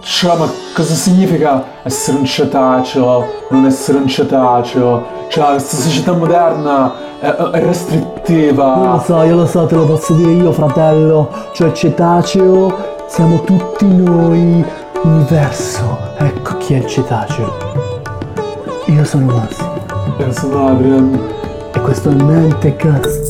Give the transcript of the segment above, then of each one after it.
Cioè, ma cosa significa essere un cetaceo, non essere un cetaceo? Cioè, questa società moderna è restrittiva. Io lo so, te lo posso dire io, fratello. Cioè, cetaceo siamo tutti noi. Universo. Ecco chi è il cetaceo. Io sono Massimo. Io sono Adrian. E questo è il Mentecast.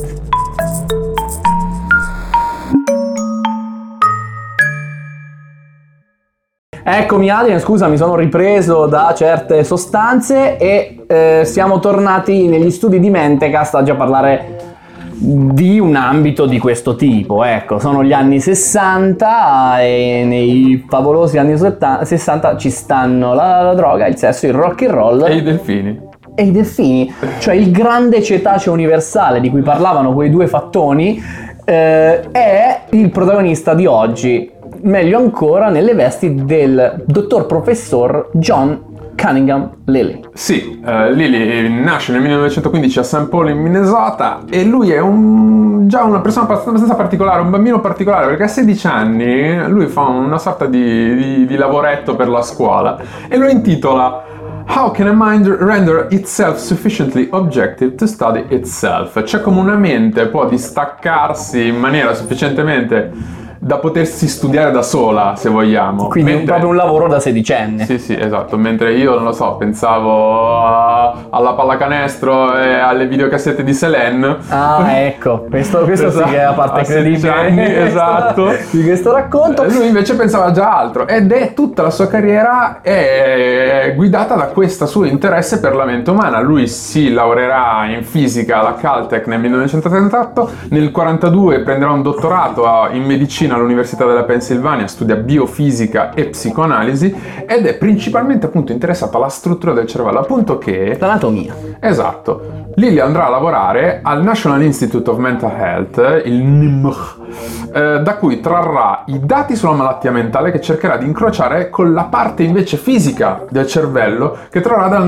Eccomi Adrian, scusa, mi sono ripreso da certe sostanze e siamo tornati negli studi di Mentecast oggi a parlare di un ambito di questo tipo. Ecco, sono gli anni 60 e nei favolosi anni 60 ci stanno la droga, il sesso, il rock and roll E i delfini. e i delfini, cioè il grande cetaceo universale di cui parlavano quei due fattoni è il protagonista di oggi, meglio ancora nelle vesti del dottor professor John Cunningham Lilly. Sì, Lilly nasce nel 1915 a St. Paul in Minnesota e lui è già una persona abbastanza particolare, un bambino particolare, perché a 16 anni lui fa una sorta di lavoretto per la scuola e lo intitola How can a mind render itself sufficiently objective to study itself? Cioè come una mente può distaccarsi in maniera sufficientemente da potersi studiare da sola, se vogliamo. Quindi proprio un lavoro da sedicenne. Sì, esatto. Mentre io, non lo so, pensavo alla pallacanestro e alle videocassette di Selene. Ah, ecco, questo sì che è la parte a 16 anni, credibile esatto. di questo racconto. Lui invece pensava già altro ed è tutta la sua carriera è guidata da questo suo interesse per la mente umana. Lui si laureerà in fisica alla Caltech nel 1938, nel 1942 prenderà un dottorato in medicina all'Università della Pennsylvania, studia biofisica e psicoanalisi ed è principalmente appunto interessato alla struttura del cervello, appunto che L'anatomia. esatto. Lilly andrà a lavorare al National Institute of Mental Health, il NIMH, da cui trarrà i dati sulla malattia mentale che cercherà di incrociare con la parte invece fisica del cervello che trarrà dal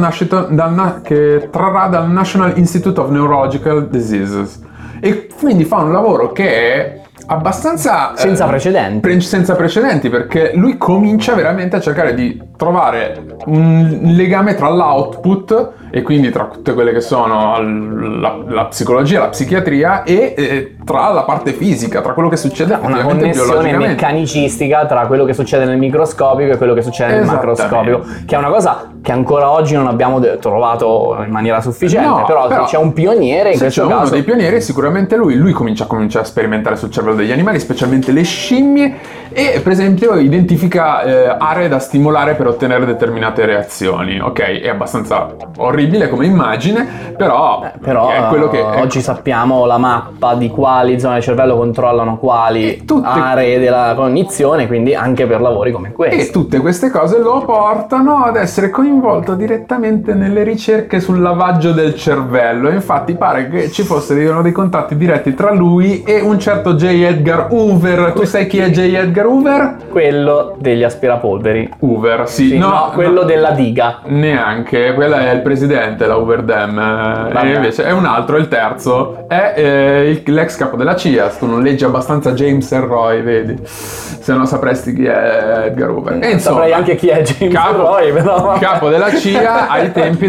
National Institute of Neurological Diseases. E quindi fa un lavoro che è abbastanza Senza precedenti. senza precedenti, perché lui comincia veramente a cercare di trovare un legame tra l'output e quindi tra tutte quelle che sono la psicologia, la psichiatria e tra la parte fisica, tra quello che succede Una effettivamente connessione biologicamente. meccanicistica tra quello che succede nel microscopico e quello che succede nel Esattamente. macroscopico, che è una cosa che ancora oggi non abbiamo trovato in maniera sufficiente. No, però però c'è un pioniere in Se questo c'è caso. uno dei pionieri è sicuramente lui comincia a sperimentare sul cervello degli animali, specialmente le scimmie, e per esempio identifica aree da stimolare per ottenere determinate reazioni. Ok, è abbastanza orribile come immagine, però è quello che oggi sappiamo la mappa di quali zone del cervello controllano quali E tutte- aree della cognizione, quindi anche per lavori come E questo. tutte queste cose lo portano ad essere coinvolto direttamente nelle ricerche sul lavaggio del cervello. Infatti pare che ci fossero dei contatti diretti tra lui e un certo J. Edgar Hoover. Tu sai chi è J. Edgar Hoover? Quello degli aspirapolveri. Hoover, sì. Sì, no, quello della diga. Neanche, quella è il presidente, la Hoover Dam, Vabbè. e invece è un altro, il terzo, è l'ex capo della CIA. Tu non leggi abbastanza James Elroy, vedi? Se no sapresti chi è Edgar Hoover. E insomma, Saprei anche chi è James Roy, però. capo della CIA ai tempi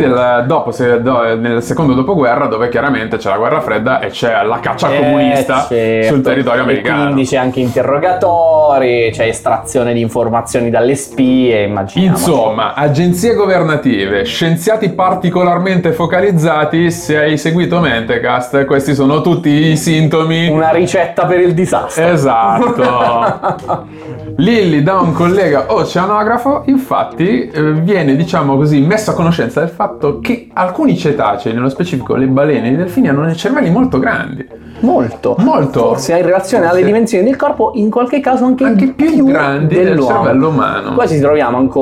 nel secondo dopoguerra, dove chiaramente c'è la guerra fredda e c'è la caccia comunista certo. sul territorio americano. E quindi c'è anche interrogatori, c'è estrazione di informazioni dalle spie, immaginiamo. Insomma, agenzie governative, scienziati particolarmente focalizzati. Se hai seguito Mentecast, questi sono tutti i sintomi. Una ricetta per il disastro. Esatto. Lilly, da un collega oceanografo, infatti viene, diciamo così, messo a conoscenza del fatto che alcuni cetacei, nello specifico le balene e i delfini, hanno dei cervelli molto grandi. Molto. Molto. Forse in relazione alle Forse. dimensioni del corpo, in qualche caso anche Più grandi del dell'uomo. cervello umano. Qua ci troviamo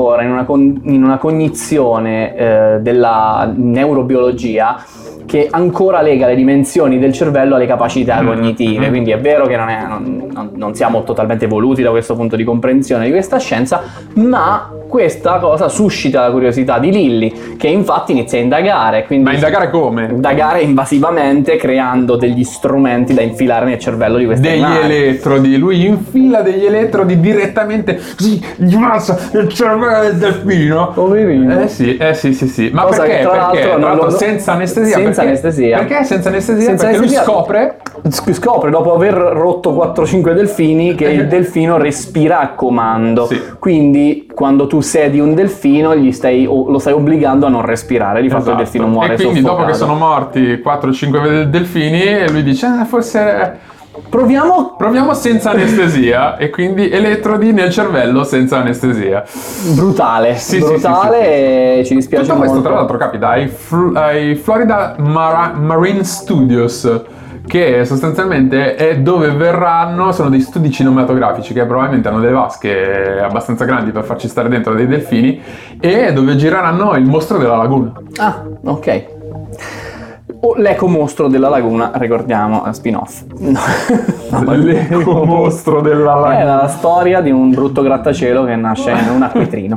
ancora in una cognizione della neurobiologia che ancora lega le dimensioni del cervello alle capacità cognitive, quindi è vero che non siamo totalmente evoluti da questo punto di comprensione di questa scienza, ma questa cosa suscita la curiosità di Lilly, che infatti inizia a indagare. Quindi Ma indagare come? indagare invasivamente, creando degli strumenti da infilare nel cervello di questi Degli animali. elettrodi, lui infila degli elettrodi direttamente, sì, gli passa il cervello del delfino. Poverino. Sì. Ma Cosa perché? che tra l'altro Perché? Tra non l'altro lo- senza anestesia. senza anestesia. Perché senza anestesia? Senza Perché anestesia. lui scopre dopo aver rotto 4-5 delfini che il delfino respira a comando. Sì. Quindi quando tu sedi un delfino lo stai obbligando a non respirare, di fatto il delfino muore E quindi soffocato. dopo che sono morti 4-5 delfini, lui dice forse proviamo senza anestesia, e quindi elettrodi nel cervello senza anestesia. brutale, Sì, brutale. E ci dispiace Tutto questo molto. tra l'altro capita ai Florida Marine Studios, che sostanzialmente è dove sono dei studi cinematografici che probabilmente hanno delle vasche abbastanza grandi per farci stare dentro dei delfini, e dove gireranno Il mostro della laguna. Ah, ok. L'eco mostro della laguna, ricordiamo, spin-off. L'eco mostro della laguna. È la storia di un brutto grattacielo che nasce in un acquitrino.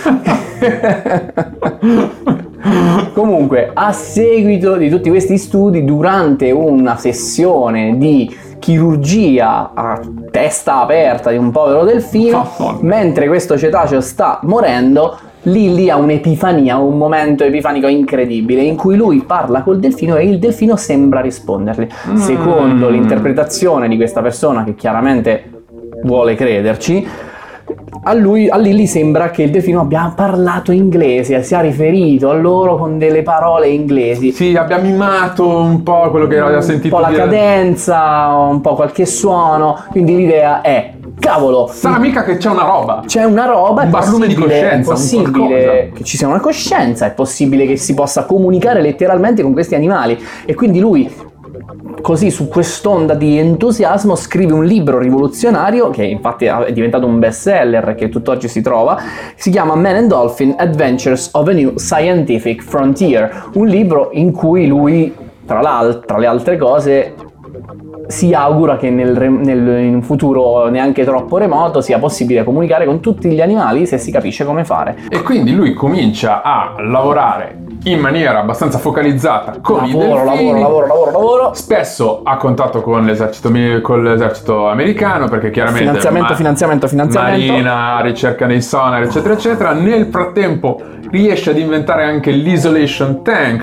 Comunque, a seguito di tutti questi studi, durante una sessione di chirurgia a testa aperta di un povero delfino, mentre questo cetaceo sta morendo, Lilly ha un'epifania, un momento epifanico incredibile in cui lui parla col delfino e il delfino sembra rispondergli. Secondo l'interpretazione di questa persona, che chiaramente vuole crederci, a Lilly sembra che il delfino abbia parlato inglese, sia riferito a loro con delle parole inglesi. Sì, abbia mimato un po' quello che aveva sentito un po' la dire. cadenza, un po' qualche suono, quindi l'idea è: cavolo, Sarà mica che c'è una roba. c'è una roba, Un è barlume di possibile, coscienza, è un possibile qualcosa. che ci sia una coscienza, è possibile che si possa comunicare letteralmente con questi animali. E quindi lui, così su quest'onda di entusiasmo, scrive un libro rivoluzionario che infatti è diventato un bestseller, che tutt'oggi si trova. Si chiama Man and Dolphin: Adventures of a New Scientific Frontier, un libro in cui lui, tra le altre cose, si augura che in un futuro neanche troppo remoto sia possibile comunicare con tutti gli animali se si capisce come fare. E quindi lui comincia a lavorare in maniera abbastanza focalizzata con i delfini. Lavoro. Spesso a contatto con l'esercito americano, perché chiaramente Finanziamento. marina, ricerca dei sonar, eccetera eccetera. Nel frattempo riesce ad inventare anche l'isolation tank,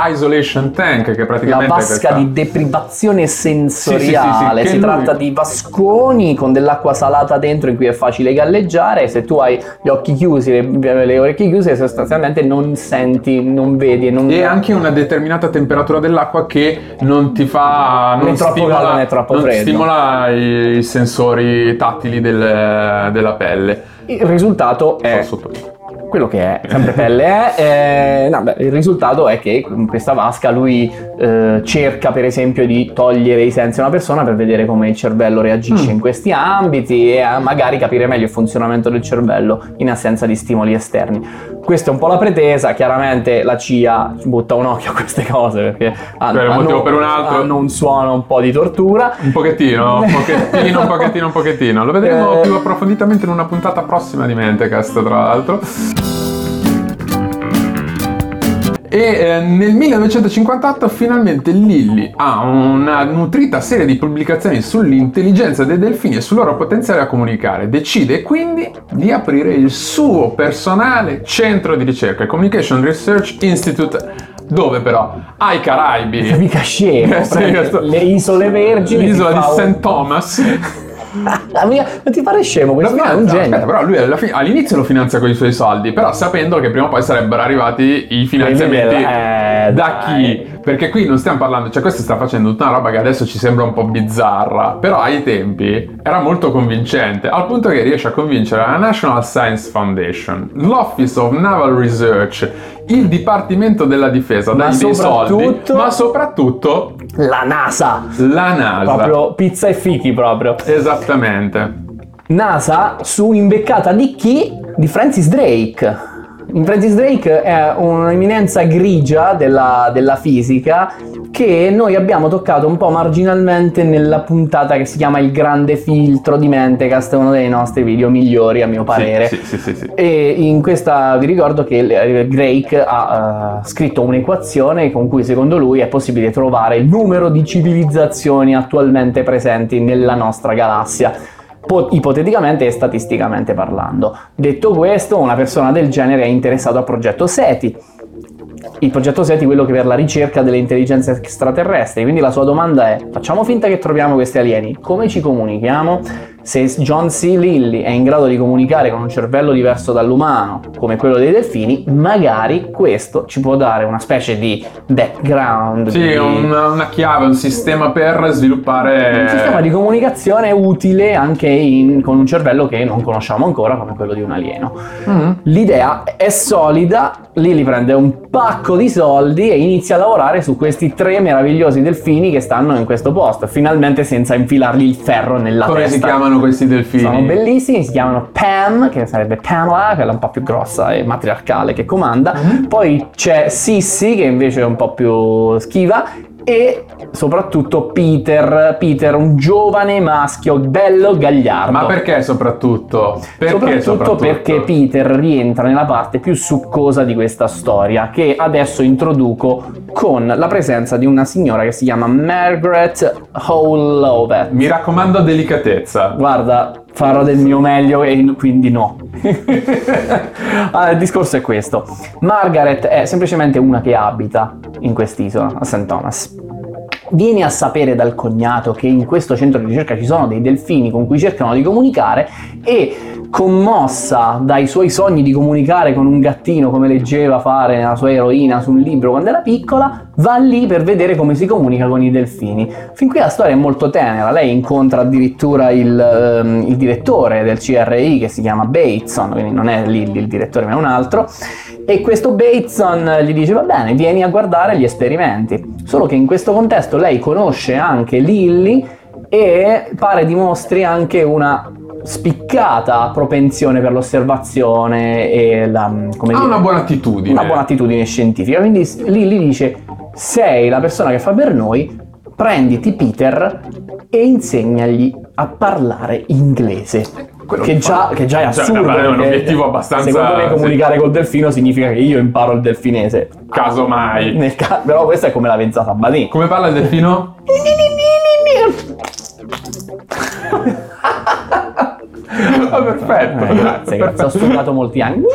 che praticamente La vasca è questa... di deprivazione sensoriale. Sì, che Si lui- tratta di vasconi con dell'acqua salata dentro in cui è facile galleggiare. Se tu hai gli occhi chiusi, le orecchie chiuse, sostanzialmente non senti, non vedi E anche una determinata temperatura dell'acqua che non ti fa... Né troppo caldo né troppo freddo. stimola i sensori tattili della pelle. Il risultato è Sotto. quello che è, sempre pelle è. Il risultato è che con questa vasca lui cerca per esempio di togliere i sensi a una persona per vedere come il cervello reagisce in questi ambiti e magari capire meglio il funzionamento del cervello in assenza di stimoli esterni. Questa è un po' la pretesa. Chiaramente la CIA butta un occhio a queste cose perché Per un motivo o per un altro. hanno un suono un po' di tortura. Un pochettino. Lo vedremo più approfonditamente in una puntata prossima di Mentecast, tra l'altro. E nel 1958 finalmente Lilly ha una nutrita serie di pubblicazioni sull'intelligenza dei delfini e sul loro potenziale a comunicare. Decide quindi di aprire il suo personale centro di ricerca, il Communication Research Institute, dove però ai Caraibi, Mica scemo, Sì, prende questo- le isole Vergini, l'isola si di fa St. Thomas. Ma ti pare scemo? Questo qua è un genio. Aspetta, però lui all'inizio lo finanzia con i suoi soldi, però sapendo che prima o poi sarebbero arrivati i finanziamenti. Da chi? Perché qui non stiamo parlando, cioè questo sta facendo tutta una roba che adesso ci sembra un po' bizzarra, però ai tempi era molto convincente, al punto che riesce a convincere la National Science Foundation, l'Office of Naval Research, il Dipartimento della Difesa, dai dei soldi, ma soprattutto la NASA. la NASA. Proprio pizza e fichi proprio. Esattamente. NASA su imbeccata di chi? di Francis Drake. Francis Drake è un'eminenza grigia della fisica che noi abbiamo toccato un po' marginalmente nella puntata che si chiama Il grande filtro di Mentecast, uno dei nostri video migliori a mio parere. Sì. E in questa vi ricordo che Drake ha scritto un'equazione con cui secondo lui è possibile trovare il numero di civilizzazioni attualmente presenti nella nostra galassia, ipoteticamente e statisticamente parlando. Detto questo, una persona del genere è interessato al progetto SETI. Il progetto SETI è quello che per la ricerca delle intelligenze extraterrestri, quindi la sua domanda è: facciamo finta che troviamo questi alieni, come ci comunichiamo? Se John C. Lilly è in grado di comunicare con un cervello diverso dall'umano, come quello dei delfini, magari questo ci può dare una specie di background. Sì, una chiave, un sistema per sviluppare... Un sistema di comunicazione utile anche con un cervello che non conosciamo ancora, come quello di un alieno. L'idea è solida, Lilly prende un pacco di soldi e inizia a lavorare su questi 3 meravigliosi delfini che stanno in questo posto, finalmente senza infilargli il ferro nella Come testa. si chiamano questi delfini? Sono bellissimi, si chiamano Pam, che sarebbe Pamela, quella un po' più grossa e matriarcale che comanda. Poi c'è Sissy, che invece è un po' più schiva, e soprattutto Peter, un giovane maschio bello gagliardo. Ma perché soprattutto? Soprattutto perché Peter rientra nella parte più succosa di questa storia, che adesso introduco con la presenza di una signora che si chiama Margaret Howlett. Mi raccomando, delicatezza. Guarda, farò del mio meglio e quindi no. Allora, il discorso è questo. Margaret è semplicemente una che abita in quest'isola, a St. Thomas. Viene a sapere dal cognato che in questo centro di ricerca ci sono dei delfini con cui cercano di comunicare e, commossa dai suoi sogni di comunicare con un gattino come leggeva fare nella sua eroina su un libro quando era piccola, va lì per vedere come si comunica con i delfini. Fin qui la storia è molto tenera, lei incontra addirittura il direttore del CRI che si chiama Bateson, quindi non è lì il direttore ma è un altro, e questo Bateson gli dice: va bene, vieni a guardare gli esperimenti. Solo che in questo contesto lei conosce anche Lilly e pare dimostri anche una spiccata propensione per l'osservazione e una buona attitudine. Una buona attitudine scientifica. Quindi Lilly dice: sei la persona che fa per noi, prenditi Peter e insegnagli a parlare inglese. Che già è assurdo, è un obiettivo abbastanza... Secondo me comunicare col delfino significa che io imparo il delfinese. Casomai. Però questa è come la pensata Badì. Come parla il delfino? Perfetto. Grazie, ho studiato molti anni.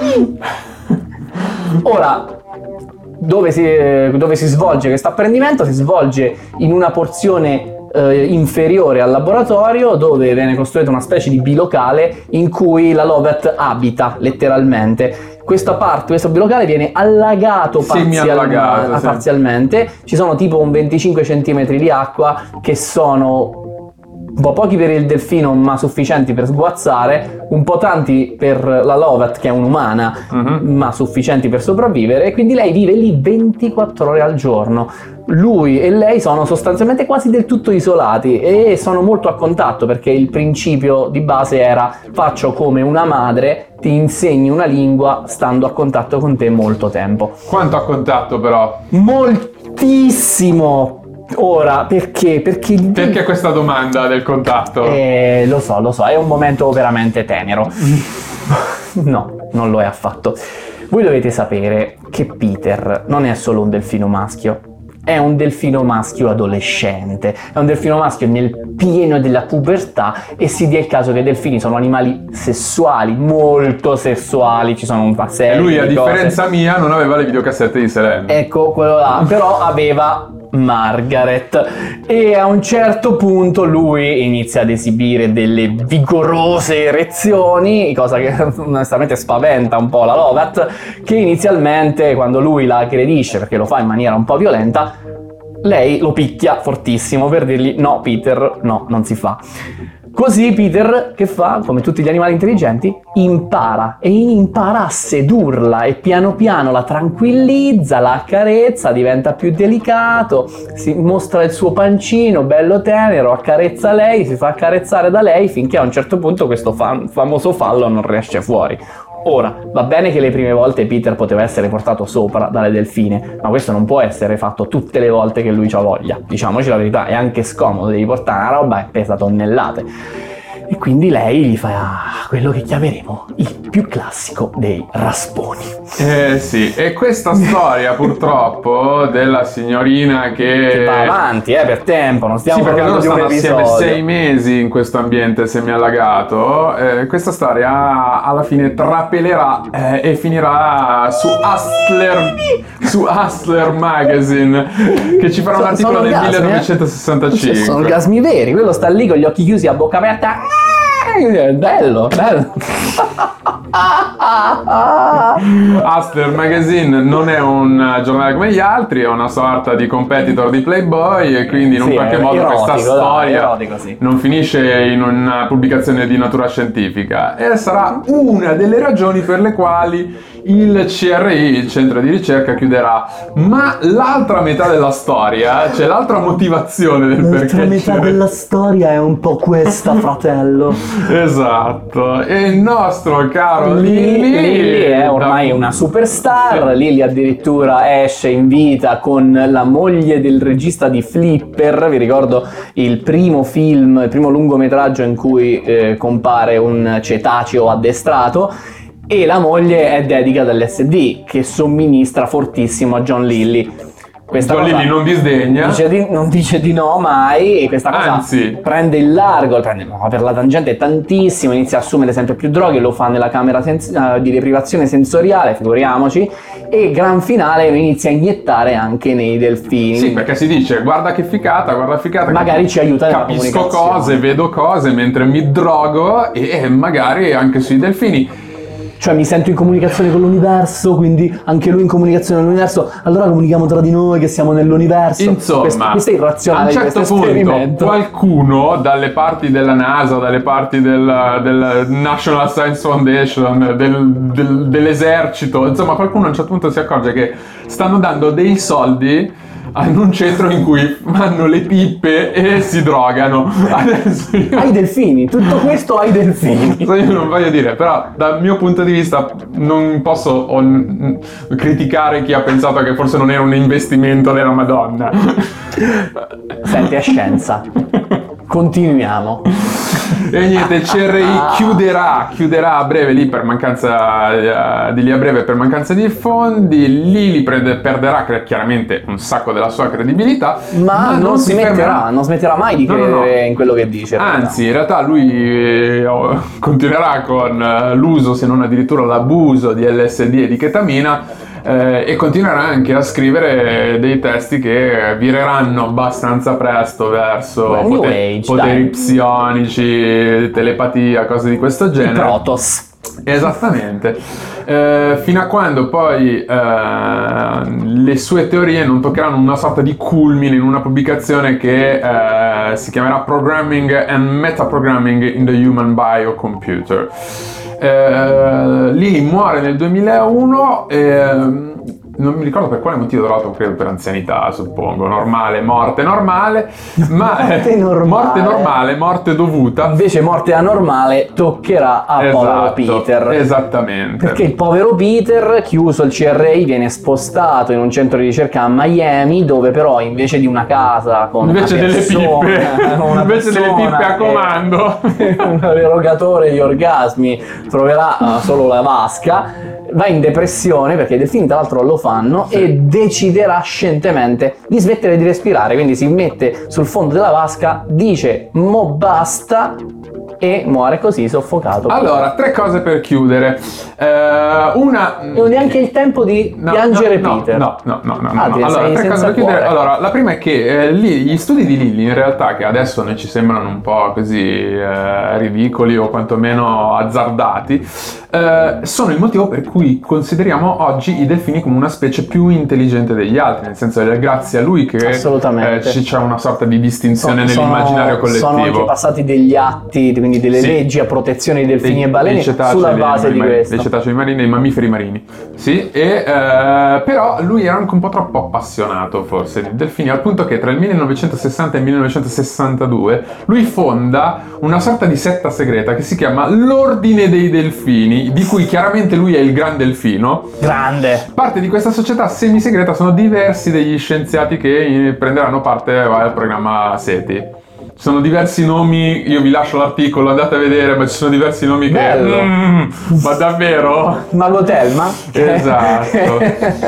Ora, dove si svolge questo apprendimento? Si svolge in una porzione inferiore al laboratorio, dove viene costruita una specie di bilocale in cui la Lovett abita letteralmente. Questo bilocale viene allagato parzialmente. Ci sono tipo un 25 cm di acqua che sono un po' pochi per il delfino ma sufficienti per sguazzare, un po' tanti per la Lovett che è un'umana ma sufficienti per sopravvivere, e quindi lei vive lì 24 ore al giorno. Lui e lei sono sostanzialmente quasi del tutto isolati e sono molto a contatto, perché il principio di base era: faccio come una madre, ti insegni una lingua stando a contatto con te molto tempo. Quanto a contatto però? Moltissimo! Ora, perché? Perché questa domanda del contatto? Lo so, è un momento veramente tenero. No, non lo è affatto. Voi dovete sapere che Peter non è solo un delfino maschio. È un delfino maschio adolescente, è un delfino maschio nel pieno della pubertà, e si dia il caso che i delfini sono animali sessuali, molto sessuali, ci sono una serie e lui, a di cose. differenza mia, non aveva le videocassette di Selene. Ecco, quello là, però aveva Margaret, e a un certo punto lui inizia ad esibire delle vigorose erezioni, cosa che onestamente spaventa un po' la Lovett, che inizialmente, quando lui la aggredisce perché lo fa in maniera un po' violenta, lei lo picchia fortissimo per dirgli: no Peter, no, non si fa. Così Peter, che fa? Come tutti gli animali intelligenti, impara a sedurla e piano piano la tranquillizza, la accarezza, diventa più delicato, si mostra il suo pancino bello tenero, accarezza lei, si fa accarezzare da lei, finché a un certo punto questo famoso fallo non riesce fuori. Ora, va bene che le prime volte Peter poteva essere portato sopra dalle delfine, ma questo non può essere fatto tutte le volte che lui c'ha voglia. Diciamoci la verità, è anche scomodo, devi portare una roba che pesa tonnellate. E quindi lei gli fa quello che chiameremo il più classico dei rasponi. Sì, e questa storia purtroppo della signorina che va avanti per tempo, non stiamo parlando di un episodio. Stanno episodio. assieme 6 mesi in questo ambiente semiallagato. Questa storia alla fine trapelerà e finirà su Hustler Magazine, che ci farà un articolo nel 1965. Sono orgasmi veri, quello sta lì con gli occhi chiusi a bocca aperta. Bello. Hustler Magazine non è un giornale come gli altri, è una sorta di competitor di Playboy, e quindi in un qualche modo questa storia non finisce in una pubblicazione di natura scientifica, e sarà una delle ragioni per le quali il CRI, il centro di ricerca, chiuderà. Ma l'altra metà della storia, cioè l'altra motivazione del perché l'altra metà della storia è un po' questa, fratello. Esatto. E il nostro caro Lily è ormai una superstar. Lily addirittura esce in vita con la moglie del regista di Flipper. Vi ricordo il primo film, il primo lungometraggio in cui compare un cetaceo addestrato, e la moglie è dedicata all'LSD che somministra fortissimo a John Lilly. John Lilly non disdegna, non dice di no mai, e questa cosa anzi prende il largo, per la tangente tantissimo, inizia a assumere sempre più droghe, lo fa nella camera di deprivazione sensoriale, figuriamoci, e gran finale lo inizia a iniettare anche nei delfini. Sì, perché si dice guarda che figata, magari ci aiuta nella capisco comunicazione. cose, vedo cose mentre mi drogo, e magari anche sui delfini. Cioè mi sento in comunicazione con l'universo, quindi anche lui in comunicazione con l'universo, allora comunichiamo tra di noi che siamo nell'universo. Insomma, questo è irrazionale. A un certo punto qualcuno dalle parti della NASA, dalle parti del National Science Foundation, dell'esercito, insomma qualcuno a un certo punto si accorge che stanno dando dei soldi in un centro in cui fanno le pippe e si drogano. Adesso ai delfini, tutto questo ai delfini. Io non voglio dire, però dal mio punto di vista non posso criticare chi ha pensato che forse non era un investimento della Madonna. Senti, è scienza. Continuiamo. E niente, il CRI chiuderà a breve lì per mancanza di fondi. Lily perderà chiaramente un sacco della sua credibilità, ma non smetterà mai di credere in quello che dice. Anzi, in realtà lui continuerà con l'uso, se non addirittura l'abuso di LSD e di chetamina, e continuerà anche a scrivere dei testi che vireranno abbastanza presto verso poteri psionici, telepatia, cose di questo genere. I Protoss. Esattamente. Fino a quando poi le sue teorie non toccheranno una sorta di culmine in una pubblicazione che si chiamerà Programming and Metaprogramming in the Human Biocomputer. Lily muore nel 2001, non mi ricordo per quale motivo, tra l'altro credo per anzianità, suppongo, morte normale, ma morte dovuta. Invece morte anormale toccherà a povero Peter. Esattamente. Perché il povero Peter, chiuso il CRI, viene spostato in un centro di ricerca a Miami, dove però invece di una casa con delle pippe a comando, un erogatore di orgasmi, troverà solo la vasca. Va in depressione, perché i delfini tra l'altro lo fanno, e deciderà scientemente di smettere di respirare, quindi si mette sul fondo della vasca, dice mo basta, e muore così soffocato. Allora, 3 cose per chiudere. Una... Non neanche il tempo di piangere Peter. No. Allora, 3 cose per chiudere. Allora, la prima è che gli studi di Lily, in realtà, che adesso noi ci sembrano un po' così ridicoli o quantomeno azzardati, sono il motivo per cui consideriamo oggi i delfini come una specie più intelligente degli altri, nel senso che è grazie a lui che c'è una sorta di distinzione nell'immaginario collettivo. Sono anche passati degli atti, quindi delle Sì. leggi a protezione dei delfini e balene dei cetacei, sulla base di dei questo. cetacei marini, dei mammiferi marini. Sì, e però lui era anche un po' troppo appassionato forse di delfini, al punto che tra il 1960 e il 1962 lui fonda una sorta di setta segreta che si chiama l'Ordine dei Delfini, di cui chiaramente lui è il gran delfino. Grande. Parte di questa società semisegreta sono diversi degli scienziati che prenderanno parte al programma SETI. Ci sono diversi nomi, io vi lascio l'articolo, andate a vedere, ma ci sono diversi nomi Bello. che... ma davvero? Mago Telma? Esatto.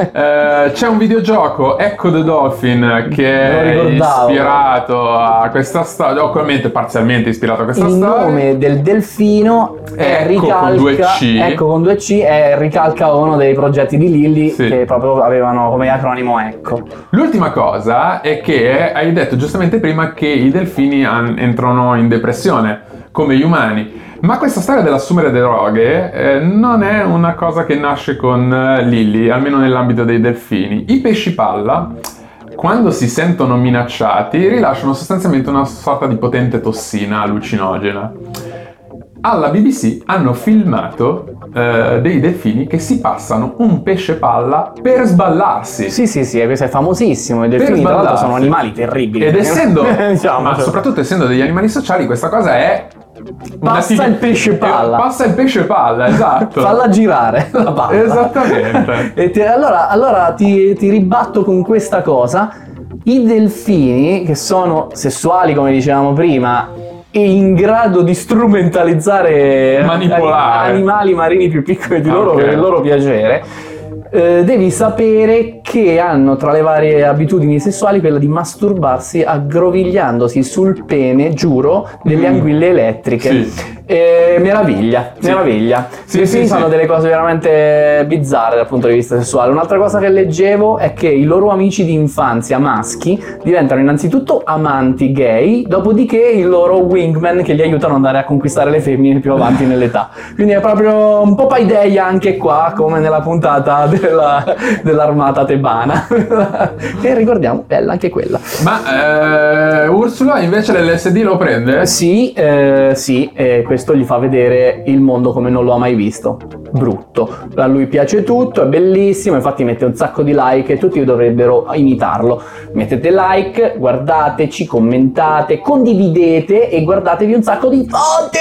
C'è un videogioco, Echo the Dolphin, che Me lo è ricordavo. ispirato a questa storia, ovviamente parzialmente ispirato a questa Il storia. nome del delfino è Ecco, con due C. Ecco con 2C ricalca uno dei progetti di Lilly Sì. che proprio avevano come acronimo Ecco. L'ultima cosa è che hai detto giustamente prima che i delfini entrano in depressione come gli umani, ma questa storia dell'assumere droghe non è una cosa che nasce con Lilly, almeno nell'ambito dei delfini. I pesci palla, quando si sentono minacciati, rilasciano sostanzialmente una sorta di potente tossina allucinogena. Alla BBC hanno filmato dei delfini che si passano un pesce palla per sballarsi. Sì, questo è famosissimo. I delfini tra l'altro sono animali terribili. Ed essendo, Diciamo, ma cioè, soprattutto essendo degli animali sociali, questa cosa è... Passa il pesce palla. Passa il pesce palla, esatto. falla girare la palla. Esattamente. E allora ti ribatto con questa cosa. I delfini, che sono sessuali come dicevamo prima e in grado di strumentalizzare Manipolare animali marini più piccoli di loro Ok. per il loro piacere, devi sapere che hanno tra le varie abitudini sessuali quella di masturbarsi aggrovigliandosi sul pene, giuro, delle anguille elettriche. Sì. Meraviglia, Sì. meraviglia. Sì, I delfini sì, fanno sì. delle cose veramente bizzarre dal punto di vista sessuale. Un'altra cosa che leggevo è che i loro amici di infanzia maschi diventano innanzitutto amanti gay, dopodiché il loro wingman che li aiutano ad andare a conquistare le femmine più avanti nell'età. Quindi è proprio un po' paideia anche qua, come nella puntata dell'armata tebana. E ricordiamo, bella anche quella. Ma Ursula invece l'LSD lo prende? Sì, questo gli fa vedere il mondo come non lo ha mai visto. Brutto. A lui piace tutto, è bellissimo, infatti mette un sacco di like e tutti dovrebbero imitarlo. Mettete like, guardateci, commentate, condividete e guardatevi un sacco di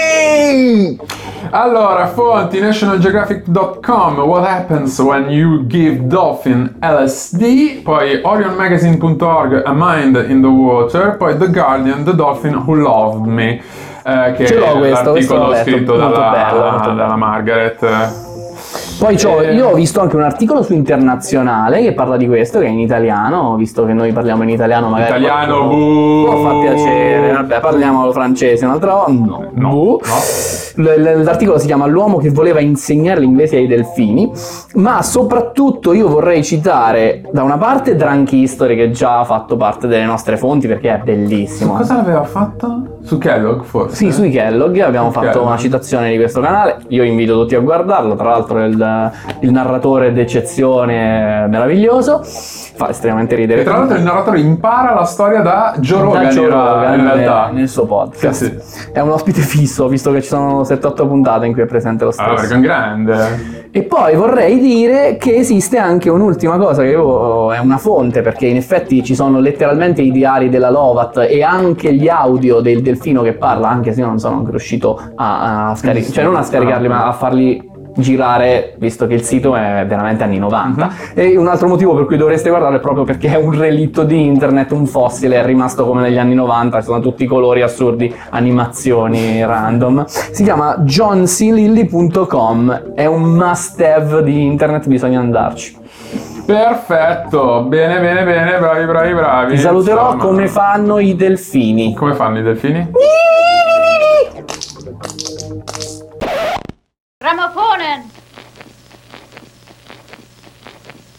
fonti! Allora, fonti nationalgeographic.com, What happens when you give dolphin LSD, poi orionmagazine.org, A mind in the water, poi The Guardian, The dolphin who loved me, che Ce l'ho è questo l'articolo l'ho letto, scritto molto bello, molto bello. dalla Margaret. Poi io ho visto anche un articolo su Internazionale che parla di questo, che è in italiano, visto che noi parliamo in italiano, magari Italiano, qualcuno può far piacere. Vabbè, parliamo francese un'altra volta. No. L'articolo si chiama L'uomo che voleva insegnare l'inglese ai delfini, ma soprattutto io vorrei citare da una parte Drunk History, che già ha fatto parte delle nostre fonti perché è bellissimo. Cosa l'aveva fatto? Su Kellogg forse? Sì, sui Kellogg abbiamo Su fatto Kellogg. una citazione di questo canale, io invito tutti a guardarlo, tra l'altro il narratore d'eccezione è meraviglioso, fa estremamente ridere. E tra l'altro il narratore impara la storia da Joe Rogan, Da Joe Rogan in realtà. nel suo podcast. Sì. È un ospite fisso, visto che ci sono 7-8 puntate in cui è presente lo stesso. Allora, perché è un grande. E poi vorrei dire che esiste anche un'ultima cosa che è una fonte, perché in effetti ci sono letteralmente i diari della Lovat e anche gli audio del delfino che parla, anche se io non sono ancora riuscito a scaricare, cioè non a scaricarli, ma a farli girare, visto che il sito è veramente anni 90. E un altro motivo per cui dovreste guardarlo è proprio perché è un relitto di internet, un fossile, è rimasto come negli anni 90, ci sono tutti i colori assurdi, animazioni random. Si chiama johnclilly.com, è un must have di internet, bisogna andarci. Perfetto, bene, bravi. Ti saluterò Insomma, come fanno i delfini. Come fanno i delfini?